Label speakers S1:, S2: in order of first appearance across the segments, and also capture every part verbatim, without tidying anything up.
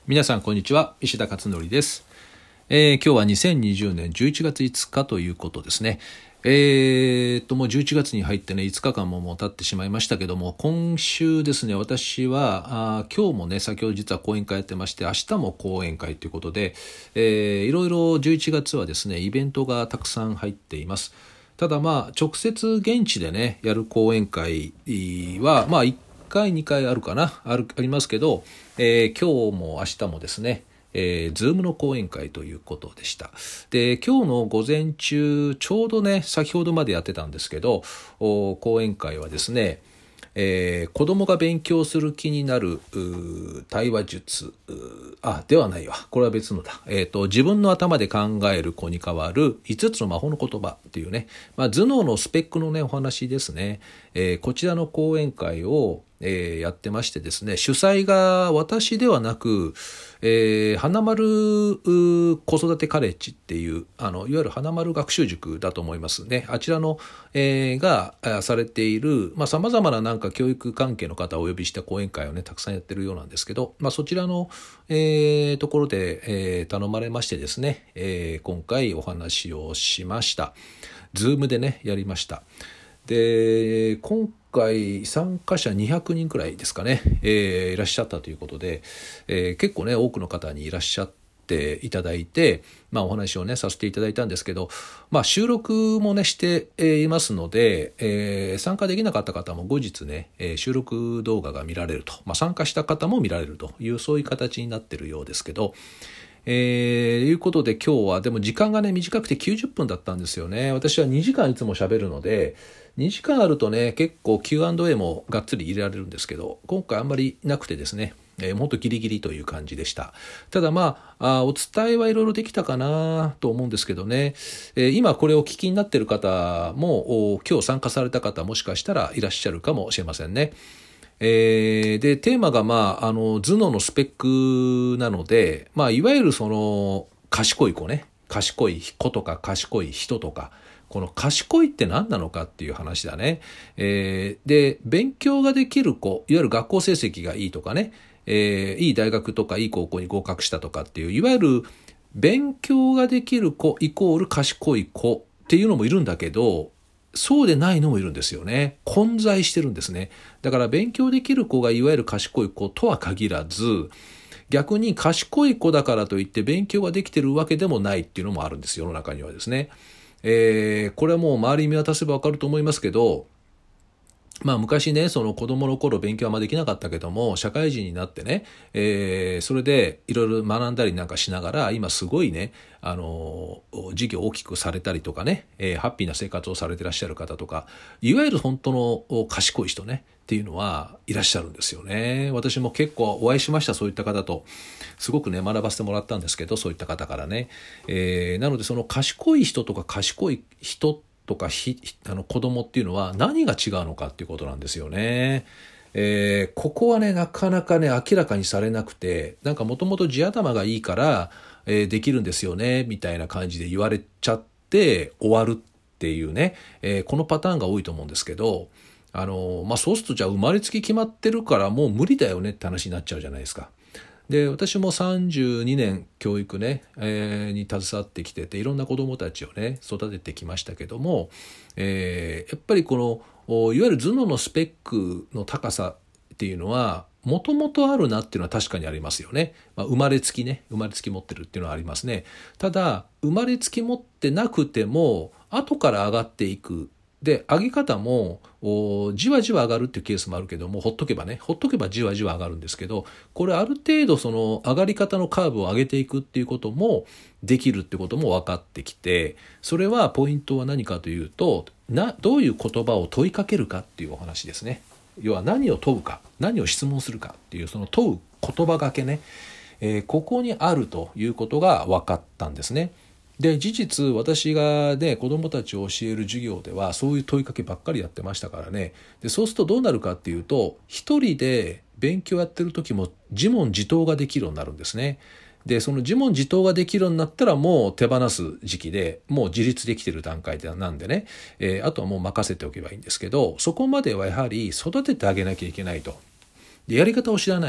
S1: 皆さんこんにちは、石田勝則です。えー、今日はにせんにじゅうねんじゅういちがついつかということですね。えー、っともうじゅういちがつに入ってねいつかかんももう経ってしまいましたけども、今週ですね、私はあ今日もね先ほど実は講演会やってまして、明日も講演会ということで、えー、いろいろじゅういちがつはですねイベントがたくさん入っています。ただまあ直接現地でねやる講演会はまあいっかいにかいあるかなあるありますけど、えー、今日も明日もですねえー、ズームの講演会ということでした。で、今日の午前中、ちょうどね、先ほどまでやってたんですけど、講演会はですね、えー、子供が勉強する気になる対話術、あ、ではないわ。これは別のだ。えっと、自分の頭で考える子に代わるいつつの魔法の言葉っていうね、まあ、頭脳のスペックのね、お話ですね。えー、こちらの講演会を、えー、やってましてですね、主催が私ではなく、えー、花丸子育てカレッジっていうあのいわゆる花丸学習塾だと思いますね。あちらの、えー、がされているさまざ、まななんか教育関係の方をお呼びした講演会をねたくさんやってるようなんですけど、まあ、そちらの、えー、ところで、えー、頼まれましてですね、えー、今回お話をしました。ズームでねやりました。で今回参加者にひゃくにんくらいですかね、えー、いらっしゃったということで、えー、結構ね多くの方にいらっしゃっていただいて、まあ、お話をねさせていただいたんですけど、まあ、収録もねしていますので、えー、参加できなかった方も後日ね、えー、収録動画が見られると、まあ、参加した方も見られるというそういう形になっているようですけど、えー、いうことで今日はでも時間がね短くてきゅうじゅっぷんだったんですよね。私はにじかんいつも喋るのでにじかんあるとね結構 キューアンドエー もがっつり入れられるんですけど、今回あんまりなくてですね、えー、もっとギリギリという感じでした。ただまあ、あお伝えはいろいろできたかなと思うんですけどね、えー、今これを聞きになっている方も今日参加された方もしかしたらいらっしゃるかもしれませんね。えー、でテーマが、まあ、あの頭脳のスペックなので、まあ、いわゆるその賢い子ね、賢い子とか賢い人とか、この賢いって何なのかっていう話だね。えー、で勉強ができる子、いわゆる学校成績がいいとかね、えー、いい大学とかいい高校に合格したとかっていう、いわゆる勉強ができる子イコール賢い子っていうのもいるんだけど、そうでないのもいるんですよね。混在してるんですね。だから勉強できる子がいわゆる賢い子とは限らず、逆に賢い子だからといって勉強ができてるわけでもないっていうのもあるんですよ、世の中にはですね。えー、これはもう周り見渡せばわかると思いますけど、まあ昔ね、その子供の頃勉強はあんまできなかったけども、社会人になってね、えー、それでいろいろ学んだりなんかしながら、今すごいね、あの、事業を大きくされたりとかね、えー、ハッピーな生活をされてらっしゃる方とか、いわゆる本当の賢い人ね、っていうのはいらっしゃるんですよね。私も結構お会いしました、そういった方と。すごくね、学ばせてもらったんですけど、そういった方からね。えー、なのでその賢い人とか賢い人ってとかひあの子供っていうのは何が違うのかっていうことなんですよね。えー、ここはねなかなかね明らかにされなくて、なんかもともと地頭がいいから、えー、できるんですよねみたいな感じで言われちゃって終わるっていうね、えー、このパターンが多いと思うんですけど、あのまあそうするとじゃあ生まれつき決まってるからもう無理だよねって話になっちゃうじゃないですか。で私もさんじゅうにねん教育ね、えー、に携わってきてて、いろんな子どもたちをね育ててきましたけども、えー、やっぱりこのいわゆる頭脳のスペックの高さっていうのはもともとあるなっていうのは確かにありますよね。まあ、生まれつきね生まれつき持ってるっていうのはありますね。ただ生まれつき持ってなくても後から上がっていく、で上げ方もじわじわ上がるっていうケースもあるけども、ほっとけばねほっとけばじわじわ上がるんですけど、これある程度その上がり方のカーブを上げていくっていうこともできるってことも分かってきて、それはポイントは何かというと、などういう言葉を問いかけるかっていうお話ですね。要は何を問うか、何を質問するかっていうその問う言葉がけね、えー、ここにあるということが分かったんですね。で事実私がね子どもたちを教える授業ではそういう問いかけばっかりやってましたからね。でそうするとどうなるかっていうと、一人で勉強やってる時も自問自答ができるようになるんですね。でその自問自答ができるようになったらもう手放す時期で、もう自立できてる段階なんでね、えー、あとはもう任せておけばいいんですけど、そこまではやはり育ててあげなきゃいけないと。でやり方を知らない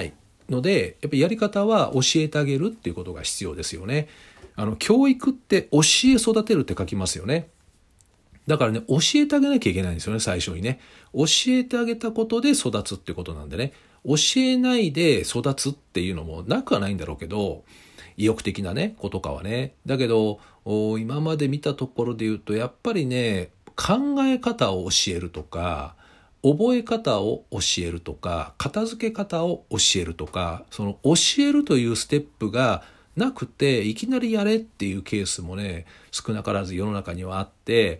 S1: ので、やっぱりやり方は教えてあげるっていうことが必要ですよね。あの教育って教え育てるって書きますよね。だからね、教えてあげなきゃいけないんですよね、最初にね。教えてあげたことで育つってことなんでね。教えないで育つっていうのもなくはないんだろうけど、意欲的なね、子とかはね。だけど、今まで見たところで言うと、やっぱりね、考え方を教えるとか、覚え方を教えるとか、片付け方を教えるとか、その教えるというステップがなくていきなりやれっていうケースもね、少なからず世の中にはあって、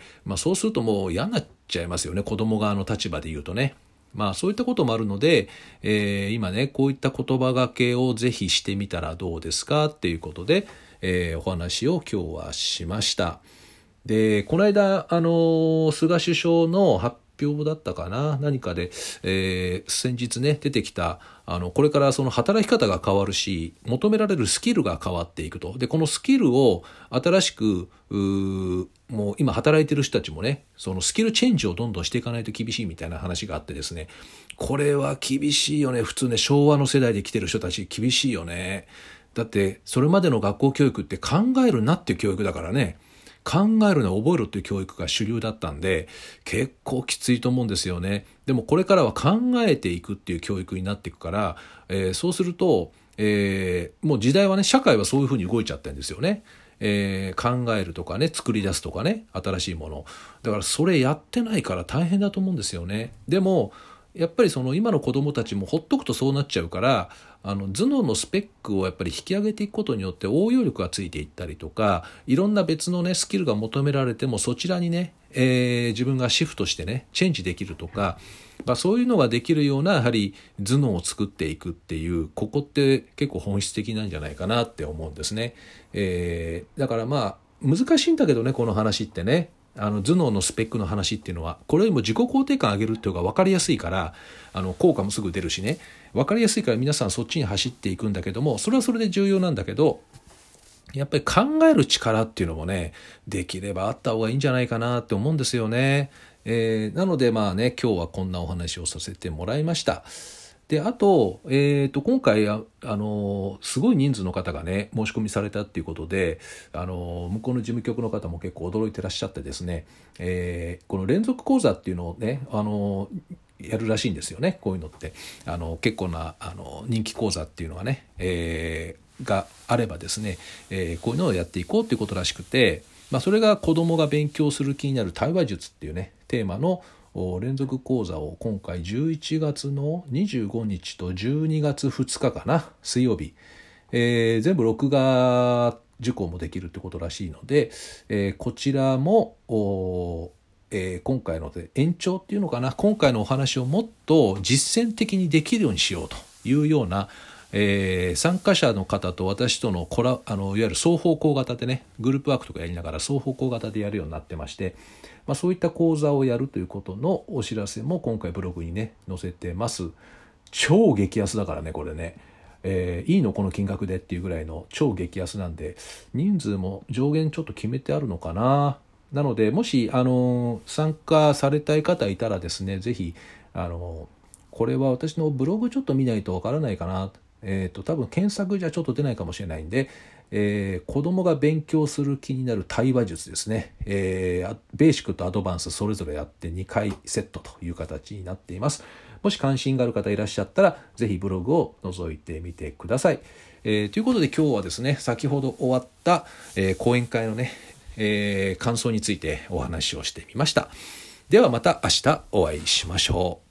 S1: まあ、そうするともう嫌になっちゃいますよね、子供側の立場で言うとね。まあそういったこともあるので、えー、今ねこういった言葉がけをぜひしてみたらどうですかっていうことで、えー、お話を今日はしました。でこの間あの菅首相の発表だったかな何かで、えー、先日ね出てきたあのこれからその働き方が変わるし求められるスキルが変わっていくと。でこのスキルを新しくもう今働いてる人たちもねそのスキルチェンジをどんどんしていかないと厳しいみたいな話があってですね、これは厳しいよね。普通ね昭和の世代で来てる人たち厳しいよね。だってそれまでの学校教育って考えるなっていう教育だからね、考えるの覚えるっていう教育が主流だったんで結構きついと思うんですよね。でもこれからは考えていくっていう教育になっていくから、えー、そうすると、えー、もう時代はね社会はそういうふうに動いちゃってるんですよね。えー、考えるとかね作り出すとかね新しいものだからそれやってないから大変だと思うんですよね。でもやっぱりその今の子どもたちもほっとくとそうなっちゃうからあの頭脳のスペックをやっぱり引き上げていくことによって応用力がついていったりとかいろんな別のねスキルが求められてもそちらにね、えー、自分がシフトしてねチェンジできるとか、まあ、そういうのができるようなやはり頭脳を作っていくっていうここって結構本質的なんじゃないかなって思うんですね。えー、だからまあ難しいんだけどねこの話ってねあの頭脳のスペックの話っていうのはこれよりも自己肯定感上げるっていうのが分かりやすいからあの効果もすぐ出るしね分かりやすいから皆さんそっちに走っていくんだけどもそれはそれで重要なんだけどやっぱり考える力っていうのもねできればあった方がいいんじゃないかなって思うんですよね。えー、なのでまあね今日はこんなお話をさせてもらいました。であと、えー、と今回あのすごい人数の方がね申し込みされたっていうことであの向こうの事務局の方も結構驚いてらっしゃってですね、えー、この連続講座っていうのをねあのやるらしいんですよね。こういうのってあの結構なあの人気講座っていうのがね、えー、があればですね、えー、こういうのをやっていこうっていうことらしくて、まあ、それが子どもが勉強する気になる対話術っていうねテーマの連続講座を今回じゅういちがつのにじゅうごにちとじゅうにがつふつかかな水曜日、えー、全部録画受講もできるってことらしいので、えー、こちらもえー、今回ので延長っていうのかな今回のお話をもっと実践的にできるようにしようというような、えー、参加者の方と私とのコラあのいわゆる双方向型でねグループワークとかやりながら双方向型でやるようになってまして、まあ、そういった講座をやるということのお知らせも今回ブログにね載せてます。超激安だからねこれね、えー、いいのこの金額でっていうぐらいの超激安なんで人数も上限ちょっと決めてあるのかな。なのでもしあの参加されたい方いたらですねぜひあのこれは私のブログちょっと見ないとわからないかな、えーと多分検索じゃちょっと出ないかもしれないんで、えー、子どもが勉強する気になる対話術ですね、えー、ベーシックとアドバンスそれぞれやってにかいセットという形になっています。もし関心がある方いらっしゃったらぜひブログを覗いてみてください。えー、ということで今日はですね先ほど終わった、えー、講演会のねえー、感想についてお話をしてみました。ではまた明日お会いしましょう。